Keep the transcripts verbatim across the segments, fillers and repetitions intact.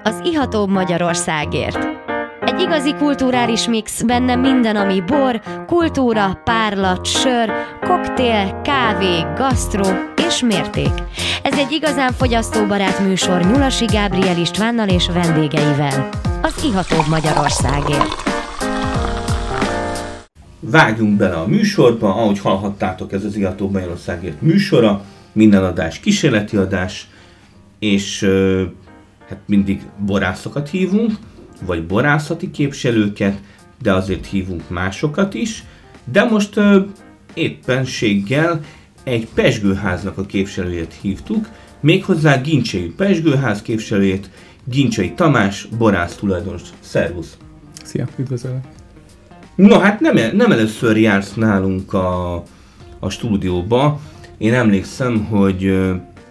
az ihatóbb Magyarországért. Egy igazi kulturális mix, benne minden, ami bor, kultúra, párlat, sör, koktél, kávé, gasztró és mérték. Ez egy igazán fogyasztóbarát műsor Nyulasi Gábriel Istvánnal és vendégeivel. Az ihatóbb Magyarországért. Vágjunk bele a műsorba, ahogy hallhattátok, ez az ihatóbb Magyarországért műsora, minden adás kísérleti adás, és euh, hát mindig borászokat hívunk, vagy borászati képviselőket, de azért hívunk másokat is, de most euh, éppenséggel egy pezsgőháznak a képviselőjét hívtuk, méghozzá Gincsei Pezsgőház képviselőjét, Gincsei Tamás, borász tulajdonos. Szervusz! Szia, üdvözöllek! No, hát nem, nem először jársz nálunk a, a stúdióba. Én emlékszem, hogy ö,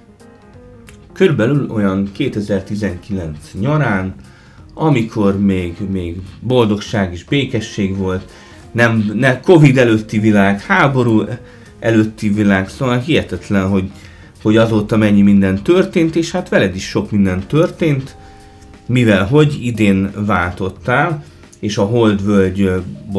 körülbelül olyan kétezer-tizenkilenc nyarán, amikor még, még boldogság és békesség volt, nem, ne, Covid előtti világ, háború előtti világ, szóval hihetetlen, hogy, hogy azóta mennyi minden történt, és hát veled is sok minden történt, mivel hogy idén váltottál, és a Holdvölgy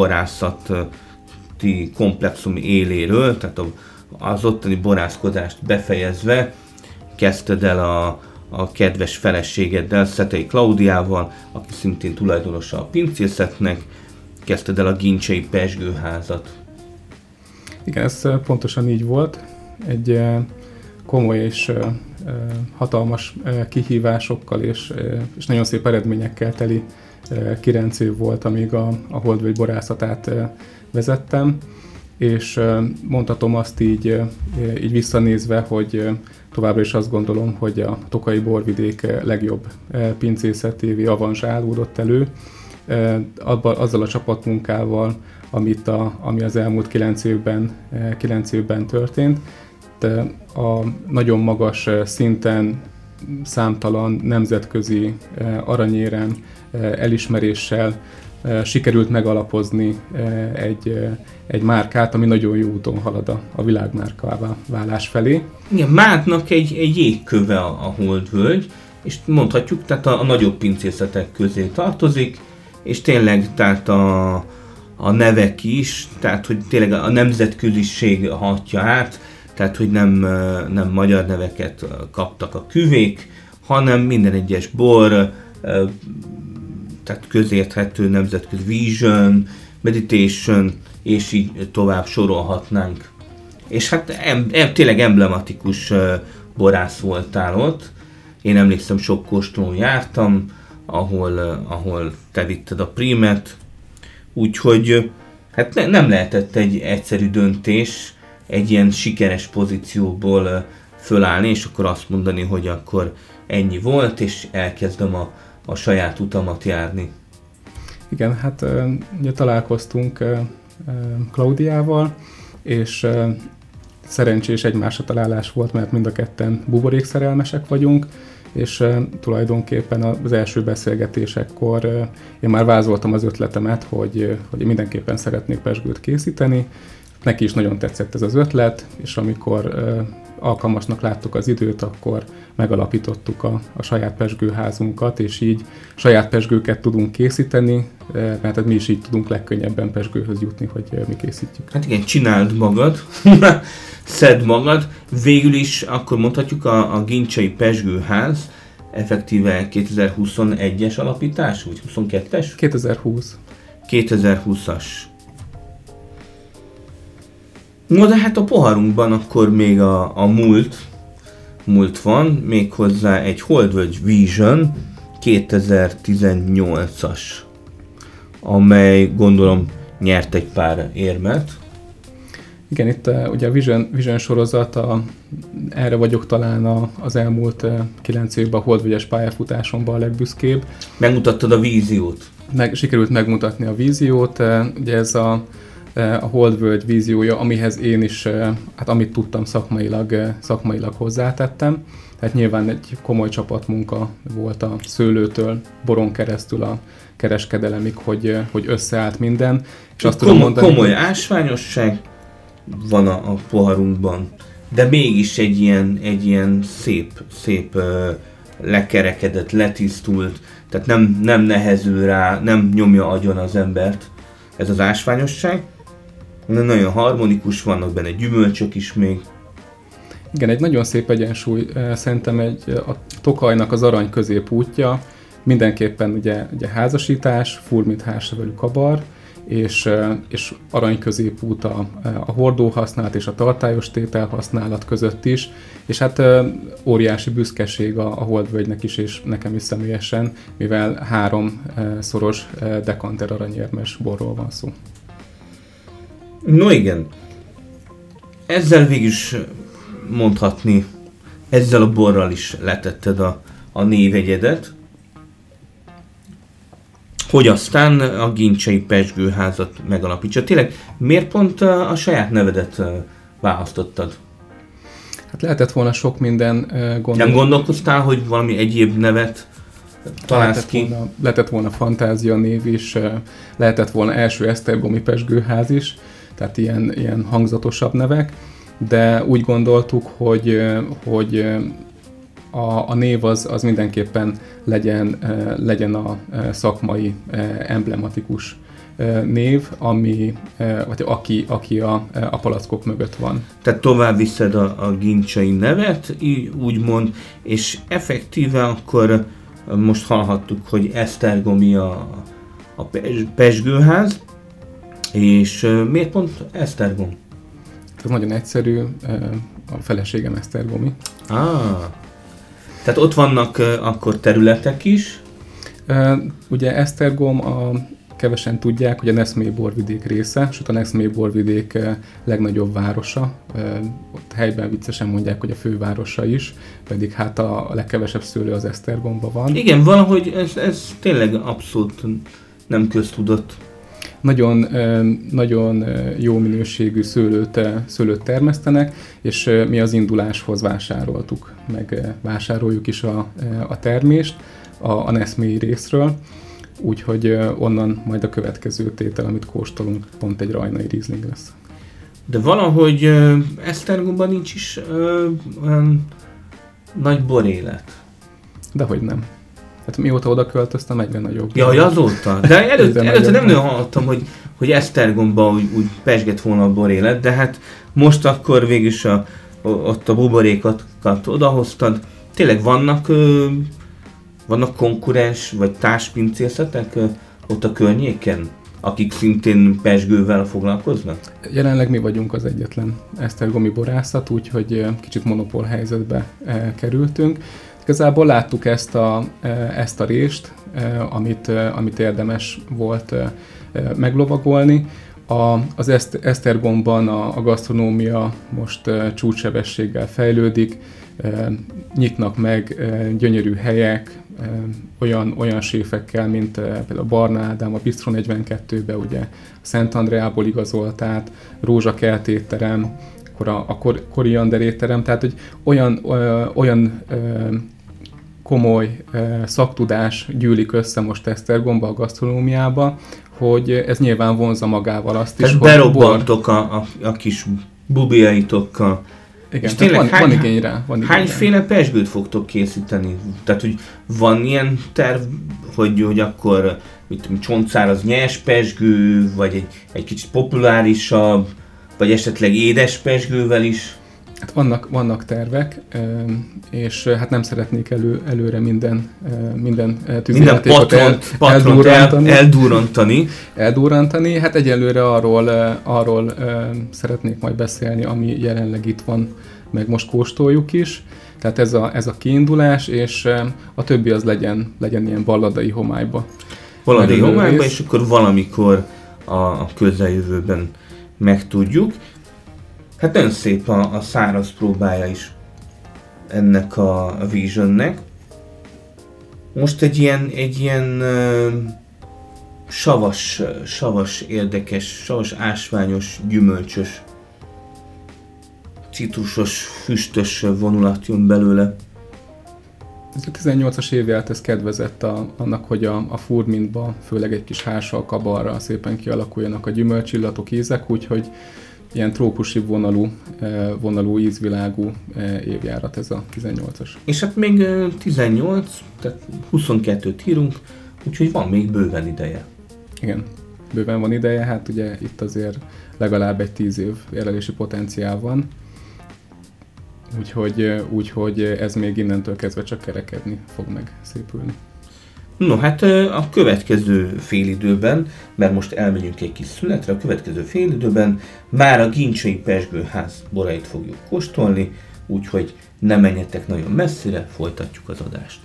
borászati komplexum éléről, tehát az ottani borászkodást befejezve kezdted el a, a kedves feleségeddel, Szetei Klaudiával, aki szintén tulajdonosa a pincészetnek, kezdted el a Gincsei Pezsgőházat. Igen, ez pontosan így volt. Egy komoly és hatalmas kihívásokkal és, és nagyon szép eredményekkel teli kilenc év volt, amíg a, a Holdvölgy borászatát vezettem, és mondhatom azt így, így visszanézve, hogy továbbra is azt gondolom, hogy a tokaji borvidék legjobb pincészetévé avanzsálódott elő, azzal a csapatmunkával, amit a, ami az elmúlt kilenc évben, kilenc évben történt. De a nagyon magas szinten, számtalan nemzetközi aranyérem, elismeréssel sikerült megalapozni egy, egy márkát, ami nagyon jó úton halad a, a világmárkává válás felé. Igen, Mádnak egy, egy jégköve a, a Holdvölgy, és mondhatjuk, tehát a, a nagyobb pincészetek közé tartozik, és tényleg tehát a, a nevek is, tehát hogy tényleg a nemzetköziség hatja át, tehát hogy nem, nem magyar neveket kaptak a küvék, hanem minden egyes bor, tehát közérthető nemzetközi vision, meditation, és így tovább sorolhatnánk. És hát em, em, tényleg emblematikus borász voltál ott. Én emlékszem, sok kóstolón jártam, ahol, ahol te vitted a prímet, úgyhogy hát ne, nem lehetett egy egyszerű döntés egy ilyen sikeres pozícióból fölállni, és akkor azt mondani, hogy akkor ennyi volt, és elkezdem a, a saját utamat járni. Igen, hát ugye találkoztunk Klaudiával, és szerencsés egymásra találás volt, mert mind a ketten buborékszerelmesek vagyunk, és tulajdonképpen az első beszélgetésekkor én már vázoltam az ötletemet, hogy, hogy mindenképpen szeretnék pezsgőt készíteni. Neki is nagyon tetszett ez az ötlet, és amikor uh, alkalmasnak láttuk az időt, akkor megalapítottuk a, a saját pezsgőházunkat, és így saját pezsgőket tudunk készíteni, uh, mert mi is így tudunk legkönnyebben pezsgőhöz jutni, hogy uh, mi készítjük. Hát igen, csináld magad, szedd magad. Végül is akkor mondhatjuk a, a Gincsei Pezsgőház effektíve kétezer-huszonegyes alapítás, vagy huszonkettes? kétezer-húsz. kétezer-húszas. No, de hát a poharunkban akkor még a, a múlt, múlt van, méghozzá egy Holdvölgy Vision kétezer-tizennyolcas, amely gondolom nyert egy pár érmet. Igen, itt uh, ugye a Vision, Vision sorozat, a, erre vagyok talán a, az elmúlt uh, kilenc évben a Holdvölgyes pályafutásomban a legbüszkébb. Megmutattad a víziót? Meg, sikerült megmutatni a víziót, uh, ugye ez a a Holdvölgy víziója, amihez én is, hát amit tudtam szakmailag, szakmailag hozzátettem. Tehát nyilván egy komoly csapatmunka volt a szőlőtől, boron keresztül a kereskedelemig, hogy, hogy összeállt minden. És azt Komoly, tudom mondani, komoly hogy... ásványosság van a, a poharunkban, de mégis egy ilyen, egy ilyen szép, szép uh, lekerekedett, letisztult, tehát nem, nem nehezül rá, nem nyomja agyon az embert ez az ásványosság. Nagyon harmonikus, vannak benne gyümölcsök is még. Igen, egy nagyon szép egyensúly, szerintem egy, a Tokajnak az arany középútja, mindenképpen ugye, ugye házasítás, furmint házsevelű kabar, és, és arany középút a, a hordó használat és a tartályos tétel használat között is, és hát óriási büszkeség a, a Holdvölgynek is, és nekem is személyesen, mivel három szoros dekanter aranyérmes borról van szó. No igen, ezzel végül is mondhatni, ezzel a borral is letetted a, a névegyedet, hogy aztán a Gincsei Pezsgőházat megalapítsa. Tényleg, miért pont a, a saját nevedet választottad? Hát lehetett volna sok minden gondolni. Nem gondolkoztál, hogy valami egyéb nevet találsz lehetett ki? Volna, lehetett volna Fantázia név is, lehetett volna első esztergomi Pezsgőház is, tehát ilyen, ilyen hangzatosabb nevek, de úgy gondoltuk, hogy, hogy a, a név az, az mindenképpen legyen, legyen a szakmai, emblematikus név, ami, vagy aki, aki a, a palackok mögött van. Tehát tovább viszed a, a Gincsei nevet, így, úgymond, és effektíve akkor most hallhattuk, hogy esztergomi a, a Pezsgőház, és miért pont Esztergom? Ez nagyon egyszerű, a feleségem esztergomi. Ah, tehát ott vannak akkor területek is? Ugye Esztergom, a, kevesen tudják, hogy a Neszmélyi borvidék része, sőt a Neszmélyi borvidék legnagyobb városa. Ott helyben viccesen mondják, hogy a fővárosa is, pedig hát a, a legkevesebb szőlő az Esztergomban van. Igen, valahogy ez, ez tényleg abszolút nem köztudott. Nagyon, nagyon jó minőségű szőlőt, szőlőt termesztenek, és mi az induláshoz vásároltuk, meg vásároljuk is a, a termést a, a Neszmélyi részről, úgyhogy onnan majd a következő tétel, amit kóstolunk, pont egy rajnai Riesling lesz. De valahogy Esztergomban nincs is ö, olyan nagy borélet. Dehogy nem. Hát mióta oda költöztem, egyre nagyobb. Jaj, azóta? De előtte előtt nem nagyon hallottam, hogy, hogy Esztergomban úgy, úgy pesgett volna a borélet, de hát most akkor végülis a, ott a buborékat odahoztad. Tényleg vannak, ö, vannak konkurens vagy társpincészetek ö, ott a környéken, akik szintén pezsgővel foglalkoznak? Jelenleg mi vagyunk az egyetlen esztergomi borászat, úgyhogy kicsit monopól helyzetbe kerültünk. Igazából láttuk ezt a, ezt a rést, amit, amit érdemes volt meglovagolni. A, az Eszt, Esztergomban a, a gasztronómia most csúcssebességgel fejlődik, nyitnak meg gyönyörű helyek, olyan, olyan séfekkel, mint például Barna Ádám a Bistro negyvenkettőbe, ugye a Szent Andreából igazolt át, Rózsakert étterem, akkor a, a kor, koriander étterem, tehát hogy olyan, ö, olyan ö, komoly ö, szaktudás gyűlik össze most Esztergomba a gasztronómiába, hogy ez nyilván vonza magával azt is, hogy berobbantok bor... a, a, a kis bubiaitokkal. Igen, és tényleg van, hány, van igény rá. Van igény hányféle pezsgőt fogtok készíteni? Tehát, hogy van ilyen terv, hogy, hogy akkor mit, csontszáraz nyers pezsgő, vagy egy, egy kicsit populárisabb, vagy esetleg édes pezsgővel is? Hát vannak, vannak tervek, és hát nem szeretnék elő, előre minden, minden tűzijátékot el, eldurrantani. El, eldurrantani. eldurrantani. Hát egyelőre arról, arról szeretnék majd beszélni, ami jelenleg itt van, meg most kóstoljuk is. Tehát ez a, ez a kiindulás, és a többi az legyen, legyen ilyen balladai homályba. Balladai homályba, és akkor valamikor a, a közeljövőben megtudjuk. Hát nagyon szép a, a száraz próbája is ennek a, a Visionnek. Most egy ilyen, egy ilyen uh, savas, savas, érdekes, savas, ásványos, gyümölcsös, citrusos, füstös vonulat jön belőle. Ez a tizennyolcas évjárt ez kedvezett a, annak, hogy a, a furmintba, főleg egy kis hársal, kabarral szépen kialakuljanak a gyümölcsillatok, ízek, úgyhogy ilyen trópusi vonalú, vonalú ízvilágú évjárat ez a tizennyolcas. És hát még tizennyolc, tehát huszonkettőt írunk, úgyhogy van még bőven ideje. Igen, bőven van ideje, hát ugye itt azért legalább egy tíz év érlelési potenciál van, úgyhogy, úgyhogy ez még innentől kezdve csak kerekedni fog meg szépülni. No, hát a következő félidőben, mert most elmegyünk egy kis szünetre, a következő félidőben már a Gincsei Pezsgőház borait fogjuk kóstolni, úgyhogy ne menjetek nagyon messzire, folytatjuk az adást.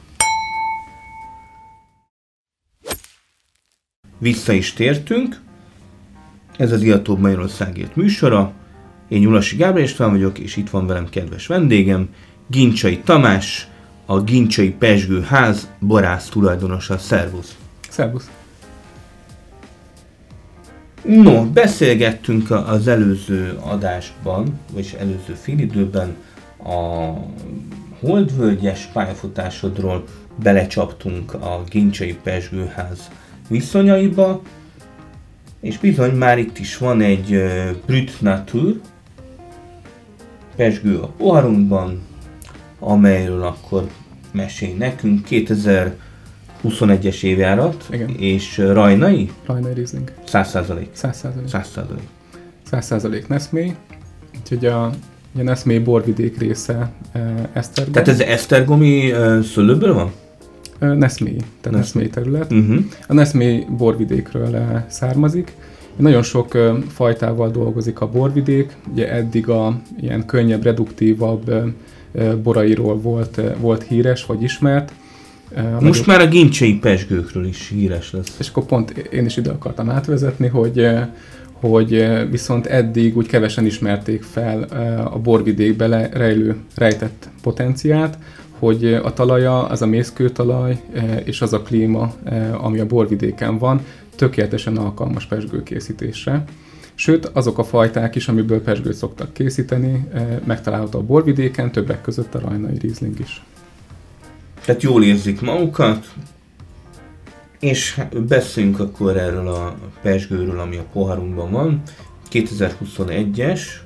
Vissza is tértünk, ez az Ihatóbb Magyarországért műsora, én Nyulasi Gábor István vagyok, és itt van velem kedves vendégem, Gincsei Tamás, a Gincsei Pezsgőház borász tulajdonosa. Szervusz! Szervusz! No, beszélgettünk az előző adásban, vagyis előző félidőben a holdvölgyes pályafutásodról, belecsaptunk a Gincsei Pezsgőház viszonyaiba, és bizony már itt is van egy uh, Brut Nature pezsgő a poharunkban, amelyről akkor mesélj nekünk. kétezer-huszonegyes évjárat. Igen. És Rajnai? Rajnai Riesling. száz százalék. száz százalék. száz százalék. száz százalék Neszmé, úgyhogy a, a Neszmé borvidék része e, Esztergom. Tehát ez esztergomi uh, szőlőből van? E, Neszmé, tehát Neszmé terület. Uh-huh. A Neszmé borvidékről e, származik. Nagyon sok e, fajtával dolgozik a borvidék, ugye eddig a ilyen könnyebb, reduktívabb e, borairól volt, volt híres, vagy ismert. Most nagyobb... már a gincsei pezsgőkről is híres lesz. És akkor pont én is ide akartam átvezetni, hogy, hogy viszont eddig úgy kevesen ismerték fel a borvidékbe rejlő, rejtett potenciált, hogy a talaja, az a mészkőtalaj és az a klíma, ami a borvidéken van, tökéletesen alkalmas pezsgőkészítésre. Sőt, azok a fajták is, amiből pezsgőt szoktak készíteni, megtalálható a borvidéken, többek között a Rajnai Riesling is. Tehát jól érzik magukat, és beszéljünk akkor erről a pezsgőről, ami a poharunkban van. kétezer-huszonegyes,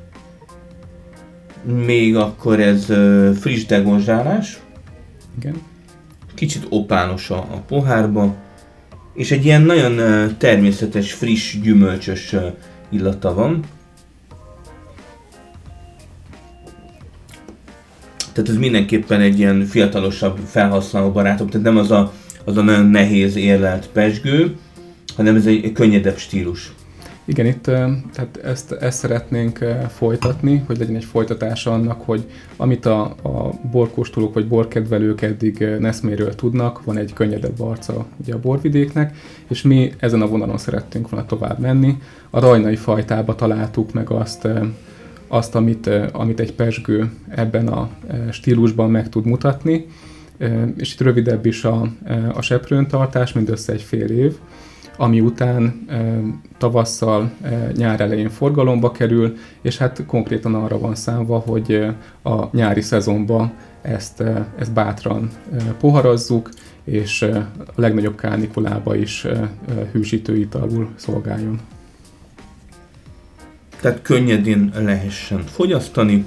még akkor ez friss degozsálás. Igen. Kicsit opános a, a pohárba, és egy ilyen nagyon természetes, friss, gyümölcsös illata van. Tehát ez mindenképpen egy ilyen fiatalosabb, felhasználóbarátabb, tehát nem az a, az a nagyon nehéz érlelt pezsgő, hanem ez egy, egy könnyedebb stílus. Igen, itt tehát ezt, ezt szeretnénk folytatni, hogy legyen egy folytatása annak, hogy amit a, a borkóstolók vagy borkedvelők eddig Neszméről tudnak, van egy könnyedebb arca ugye a borvidéknek, és mi ezen a vonalon szerettünk volna tovább menni. A rajnai fajtába találtuk meg azt, azt amit, amit egy pezsgő ebben a stílusban meg tud mutatni, és itt rövidebb is a, a seprőntartás, mindössze egy fél év, ami után e, tavasszal, e, nyár elején forgalomba kerül, és hát konkrétan arra van számva, hogy e, a nyári szezonban ezt, e, ezt bátran e, poharazzuk, és e, a legnagyobb kánikulába is e, e, hűsítő italul szolgáljon. Tehát könnyedén lehessen fogyasztani.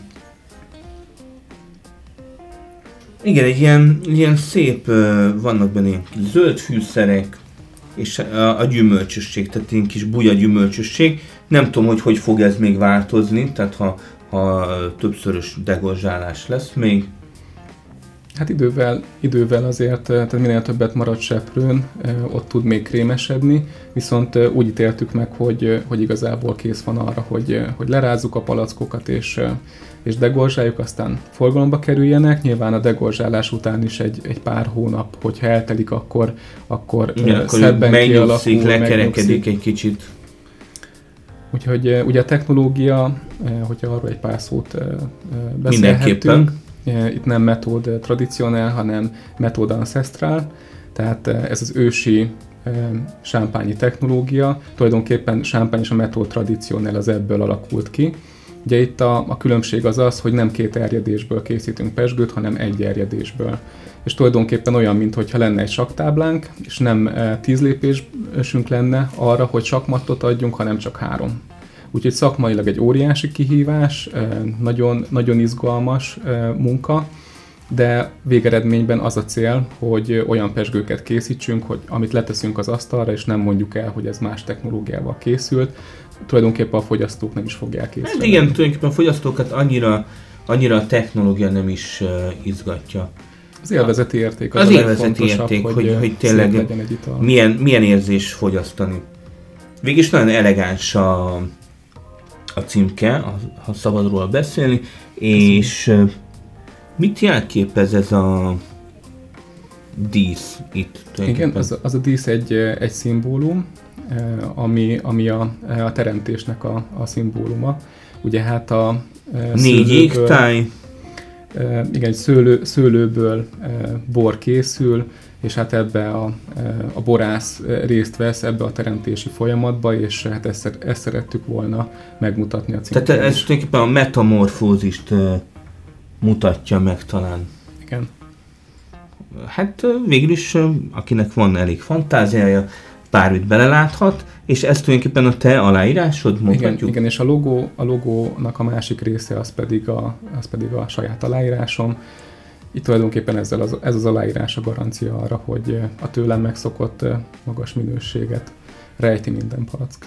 Igen, egy ilyen, ilyen szép, vannak benne ilyen zöld fűszerek, és a, a gyümölcsösség, tehát ilyen kis buja gyümölcsösség. Nem tudom, hogy hogy fog ez még változni, tehát ha, ha többszörös degozsálás lesz még. Hát idővel, idővel azért, tehát minél többet marad seprőn, ott tud még krémesedni, viszont úgy ítéltük meg, hogy, hogy igazából kész van arra, hogy, hogy lerázzuk a palackokat és, és degolzsáljuk, aztán forgalomba kerüljenek. Nyilván a degolzsálás után is egy, egy pár hónap, hogyha eltelik, akkor, akkor igen, szebben kialakul, lekerekedik egy kicsit. Úgyhogy ugye a technológia, hogyha arról egy pár szót beszélhetünk, mindenképpen. Itt nem metód tradicionál, hanem metód ancestral, tehát ez az ősi sámpányi technológia, tulajdonképpen sámpány és a metód tradicionál az ebből alakult ki. Ugye itt a, a különbség az az, hogy nem két erjedésből készítünk pezsgőt, hanem egy erjedésből. És tulajdonképpen olyan, mintha lenne egy sakktáblánk, és nem tíz lépésünk lenne arra, hogy sakkmattot adjunk, hanem csak három. Úgyhogy szakmailag egy óriási kihívás, nagyon, nagyon izgalmas munka, de végeredményben az a cél, hogy olyan pezsgőket készítsünk, hogy amit leteszünk az asztalra, és nem mondjuk el, hogy ez más technológiával készült, tulajdonképpen a fogyasztók nem is fogják készíteni. Hát igen, tulajdonképpen a fogyasztókat annyira, annyira a technológia nem is uh, izgatja. Az élvezeti érték az, az a élvezeti érték, hogy, hogy, hogy tényleg legyen egy ital. Milyen, milyen érzés fogyasztani. Végülis nagyon elegáns a, a címke, ha szabad róla beszélni, és uh, mit jelképez ez a dísz itt? Igen, az, az a dísz egy, egy szimbólum, ami, ami a, a teremtésnek a, a szimbóluma. Ugye hát a négy égtáj. Igen, szőlő, szőlőből bor készül, és hát ebbe a, a borász részt vesz ebbe a teremtési folyamatba, és hát ezt, ezt szerettük volna megmutatni a címben. Tehát ez tulajdonképpen a metamorfózist mutatja meg talán. Igen. Hát végülis, akinek van elég fantáziája, bármit beleláthat, és ez tulajdonképpen a te aláírásod, mondhatjuk? Igen, igen, és a logó, a logónak a másik része az pedig a, az pedig a saját aláírásom. Itt tulajdonképpen ezzel az, ez az aláírás a garancia arra, hogy a tőlem megszokott magas minőséget rejti minden palack.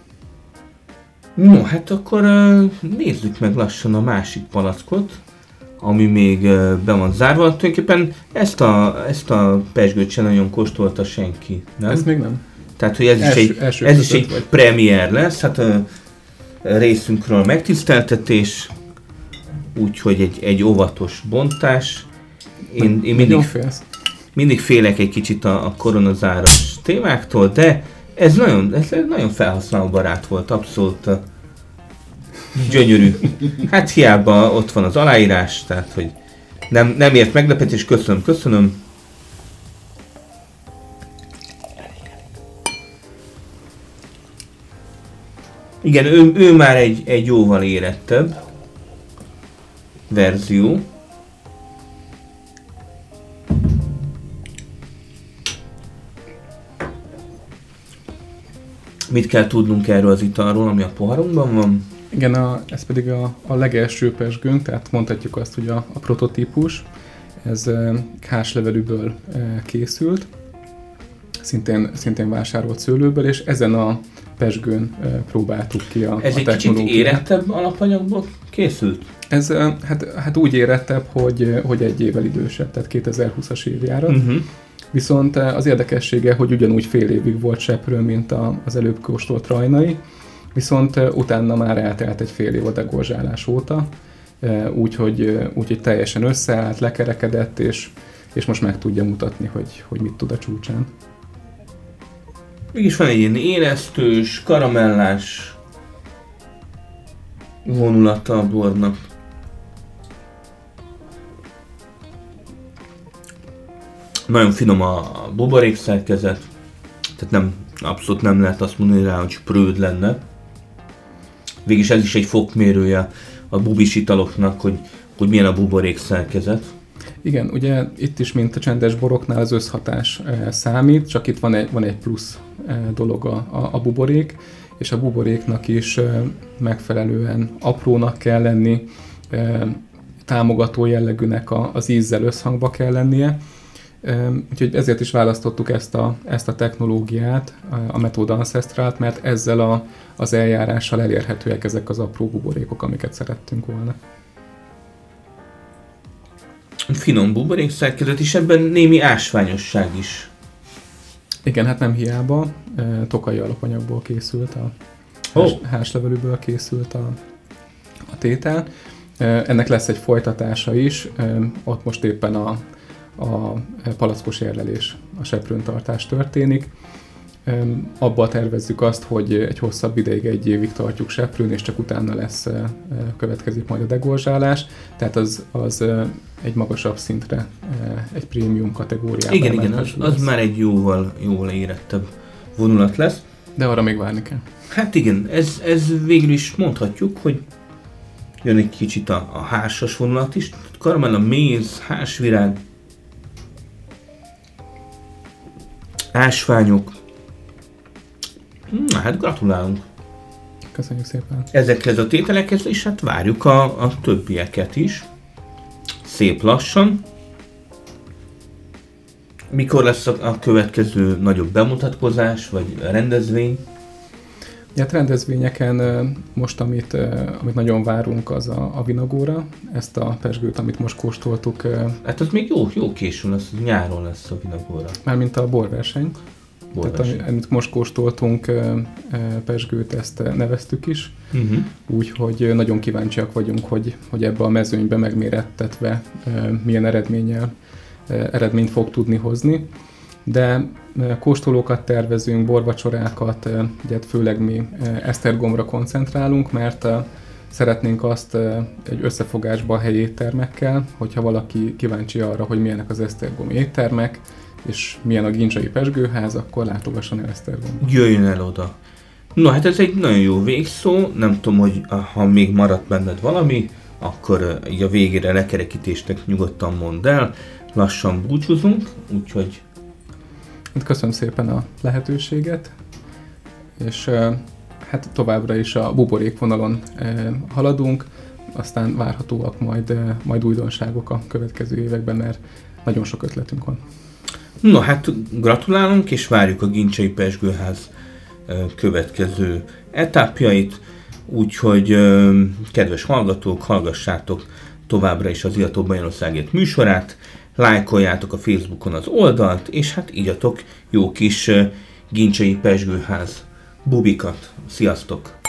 No, hát akkor nézzük meg lassan a másik palackot, ami még be van zárva. Tulajdonképpen ezt a, ezt a pezsgőt sem nagyon kóstolta senki, nem? Ezt még nem. Tehát, hogy ez első, is egy, ez is egy premier lesz, hát a részünkről megtiszteltetés, úgyhogy egy, egy óvatos bontás. Én, én mindig, mindig félek egy kicsit a, a koronazáros témáktól, de ez nagyon, ez nagyon felhasználóbarát volt, abszolút gyönyörű. Hát hiába ott van az aláírás, tehát hogy nem, nem ért meglepetés, köszönöm, köszönöm. Igen, ő, ő már egy, egy jóval érettebb verzió. Mit kell tudnunk erről az italról, ami a poharunkban van? Igen, a, ez pedig a, a legelső pezsgőnk, tehát mondhatjuk azt, hogy a, a prototípus. Ez e, káslevelűből e, készült, szintén, szintén vásárolt szőlőből, és ezen a pezsgőn e, próbáltuk ki a, ez a egy kicsit érettebb alapanyagból készült? Ez e, hát, hát úgy érettebb, hogy, hogy egy évvel idősebb, tehát kétezer-húszas évjárat. Uh-huh. Viszont az érdekessége, hogy ugyanúgy fél évig volt seprő, mint az előbb kóstolt rajnai, viszont utána már eltelt egy fél év a degolzsálás óta, úgyhogy, úgyhogy teljesen összeállt, lekerekedett, és, és most meg tudja mutatni, hogy, hogy mit tud a csúcsán. Mégis van egy ilyen éreztős, karamellás vonulata a bornak. Nagyon finom a buborék szerkezet, tehát nem, abszolút nem lehet azt mondani rá, hogy prőd lenne. Végülis ez is egy fokmérője a bubis italoknak, hogy, hogy milyen a buborék szerkezet. Igen, ugye itt is, mint a csendes boroknál az összhatás e, számít, csak itt van egy, van egy plusz e, dolog a, a, a buborék, és a buboréknak is e, megfelelően aprónak kell lenni, e, támogató jellegűnek a, az ízzel összhangba kell lennie. Úgyhogy ezért is választottuk ezt a, ezt a technológiát, a Method Ancestralt, mert ezzel a, az eljárással elérhetőek ezek az apró buborékok, amiket szerettünk volna. Finom buborék szerkezet, és ebben némi ásványosság is. Igen, hát nem hiába, tokai alapanyagból készült, a oh. hárslevelűből készült a, a tétel. Ennek lesz egy folytatása is, ott most éppen a a palackos érlelés, a seprőntartás történik. Abba tervezzük azt, hogy egy hosszabb ideig, egy évig tartjuk seprőn, és csak utána lesz, következik majd a degolzsálás, tehát az, az egy magasabb szintre, egy prémium kategóriában. Igen, igen, az, az már egy jóval, jóval érettebb vonulat lesz. De arra még várni kell. Hát igen, ez, ez végül is mondhatjuk, hogy jön egy kicsit a, a hársas vonulat is, karamella, méz, hársvirág, ásványok. Na hát gratulálunk. Köszönjük szépen. Ezekhez a tételekhez, és hát várjuk a, a többieket is. Szép lassan. Mikor lesz a, a következő nagyobb bemutatkozás, vagy rendezvény? Ja, hát rendezvényeken most, amit, amit nagyon várunk, az a, a vinagóra. Ezt a pezsgőt, amit most kóstoltuk. Hát az még jó, jó későn lesz, nyáron lesz a vinagóra. Mármint a borverseny. borverseny. Tehát amit most kóstoltunk pezsgőt, ezt neveztük is. Uh-huh. Úgyhogy nagyon kíváncsiak vagyunk, hogy, hogy ebbe a mezőnybe megmérettetve milyen eredménnyel, eredményt fog tudni hozni. De kóstolókat tervezünk, borvacsorákat, ugye főleg mi esztergomra koncentrálunk, mert szeretnénk azt egy összefogásba a helyi éttermekkel, hogyha valaki kíváncsi arra, hogy milyenek az esztergomi éttermek, és milyen a gincsai pezsgőház, akkor látogasson el Esztergomba. Jöjjön el oda. No, hát ez egy nagyon jó végszó, nem tudom, hogy ha még maradt benned valami, akkor így a végére lekerekítésnek nyugodtan mondd el, lassan búcsúzunk, úgyhogy köszönöm szépen a lehetőséget, és hát továbbra is a buborékvonalon haladunk, aztán várhatóak majd, majd újdonságok a következő években, mert nagyon sok ötletünk van. No, hát gratulálunk, és várjuk a Gincsai Pezsgőház következő etapjait, úgyhogy kedves hallgatók, hallgassátok továbbra is az Iratok Bajorországért műsorát, lájkoljátok a Facebookon az oldalt, és hát ígyatok jó kis Gincsai Pezsgőház bubikat. Sziasztok!